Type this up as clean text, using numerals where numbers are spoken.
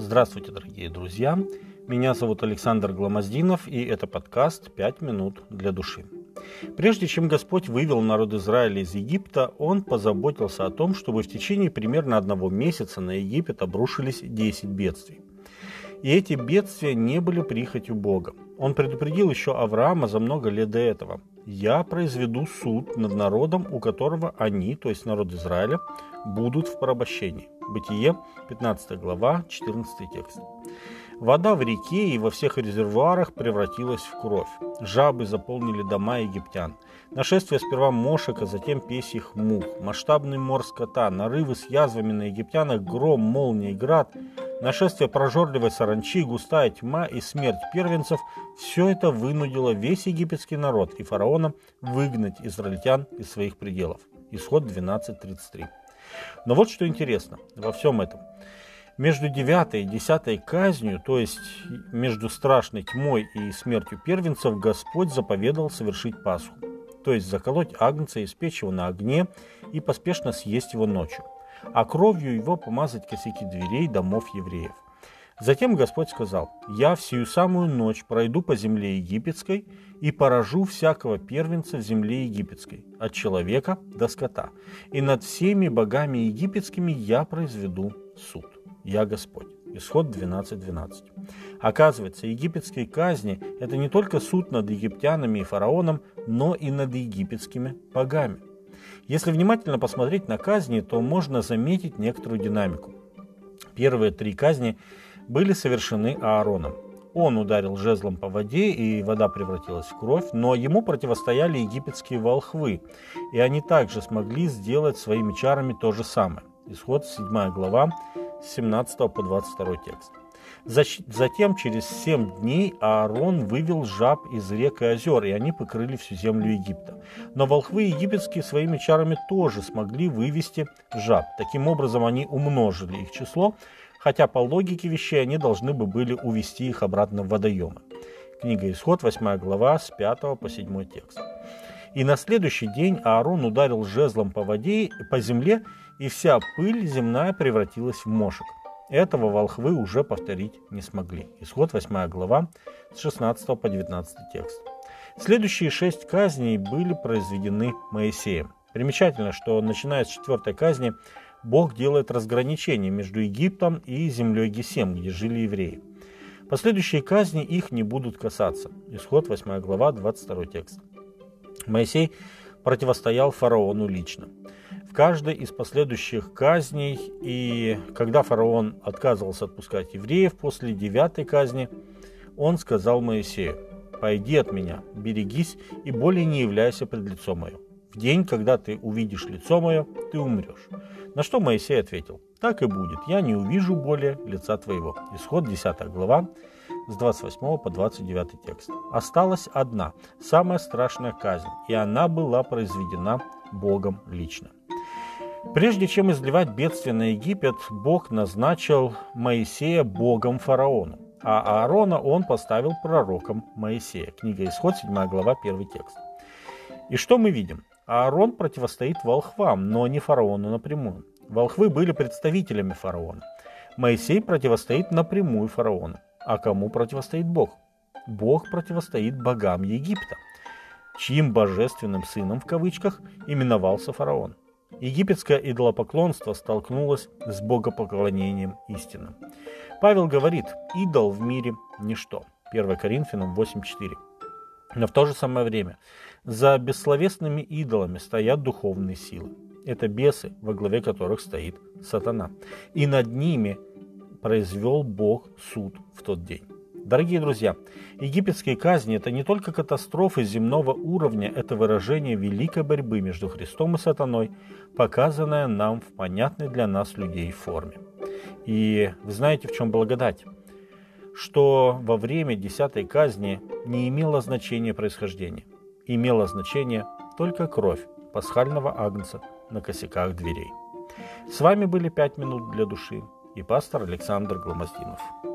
Здравствуйте, дорогие друзья! Меня зовут Александр Гломоздинов, и это подкаст «5 минут для души». Прежде чем Господь вывел народ Израиля из Египта, Он позаботился о том, чтобы в течение примерно 1 месяца на Египет обрушились 10 бедствий. И эти бедствия не были прихотью Бога. Он предупредил еще Авраама за много лет до этого: «Я произведу суд над народом, у которого они, то есть народ Израиля, будут в порабощении». Бытие, 15 глава, 14 текст. Вода в реке и во всех резервуарах превратилась в кровь. Жабы заполнили дома египтян. Нашествие сперва мошек, а затем песьих мух. Масштабный мор скота, нарывы с язвами на египтянах, гром, молния и град, нашествие прожорливой саранчи, густая тьма и смерть первенцев – все это вынудило весь египетский народ и фараона выгнать израильтян из своих пределов. Исход 12:33. Но вот что интересно во всем этом. Между 9 и 10 казнью, то есть между страшной тьмой и смертью первенцев, Господь заповедовал совершить Пасху, то есть заколоть агнца, испечь его на огне и поспешно съесть его ночью, а кровью его помазать косяки дверей домов евреев. Затем Господь сказал: «Я в сию самую ночь пройду по земле египетской и поражу всякого первенца в земле египетской, от человека до скота, и над всеми богами египетскими я произведу суд. Я Господь». Исход 12:12. Оказывается, египетские казни – это не только суд над египтянами и фараоном, но и над египетскими богами. Если внимательно посмотреть на казни, то можно заметить некоторую динамику. Первые 3 казни были совершены Аароном. Он ударил жезлом по воде, и вода превратилась в кровь, но ему противостояли египетские волхвы, и они также смогли сделать своими чарами то же самое. Исход 7 глава, с 17 по 22 текст. Затем, через 7 дней, Аарон вывел жаб из рек и озер, и они покрыли всю землю Египта. Но волхвы египетские своими чарами тоже смогли вывести жаб. Таким образом, они умножили их число, хотя по логике вещей они должны были увести их обратно в водоемы. Книга Исход, 8 глава, с 5 по 7 текст. И на следующий день Аарон ударил жезлом по воде, по земле, и вся пыль земная превратилась в мошек. Этого волхвы уже повторить не смогли. Исход 8 глава, с 16 по 19 текст. Следующие 6 казней были произведены Моисеем. Примечательно, что начиная с 4 казни Бог делает разграничение между Египтом и землей Гесем, где жили евреи. Последующие казни их не будут касаться. Исход 8 глава, 22 текст. Моисей противостоял фараону лично. В каждой из последующих казней, и когда фараон отказывался отпускать евреев после 9 казни, он сказал Моисею: «Пойди от меня, берегись и более не являйся пред лицо мое. В день, когда ты увидишь лицо мое, ты умрешь». На что Моисей ответил: «Так и будет, я не увижу более лица твоего». Исход 10 глава, с 28 по 29 текст. Осталась одна, самая страшная казнь, и она была произведена Богом лично. Прежде чем изливать бедствие на Египет, Бог назначил Моисея богом фараону, а Аарона он поставил пророком Моисея. Книга Исход, 7 глава, 1 текст. И что мы видим? Аарон противостоит волхвам, но не фараону напрямую. Волхвы были представителями фараона. Моисей противостоит напрямую фараону. А кому противостоит Бог? Бог противостоит богам Египта, чьим божественным сыном, в кавычках, именовался фараон. Египетское идолопоклонство столкнулось с богопоклонением истинным. Павел говорит: «Идол в мире – ничто». 1 Коринфянам 8:4. Но в то же самое время за бессловесными идолами стоят духовные силы. Это бесы, во главе которых стоит сатана. И над ними произвел Бог суд в тот день. Дорогие друзья, египетские казни – это не только катастрофы земного уровня, это выражение великой борьбы между Христом и сатаной, показанная нам в понятной для нас людей форме. И вы знаете, в чем благодать? Что во время 10 казни не имело значения происхождения. Имело значение только кровь пасхального агнца на косяках дверей. С вами были 5 минут для души и пастор Александр Гломоздинов.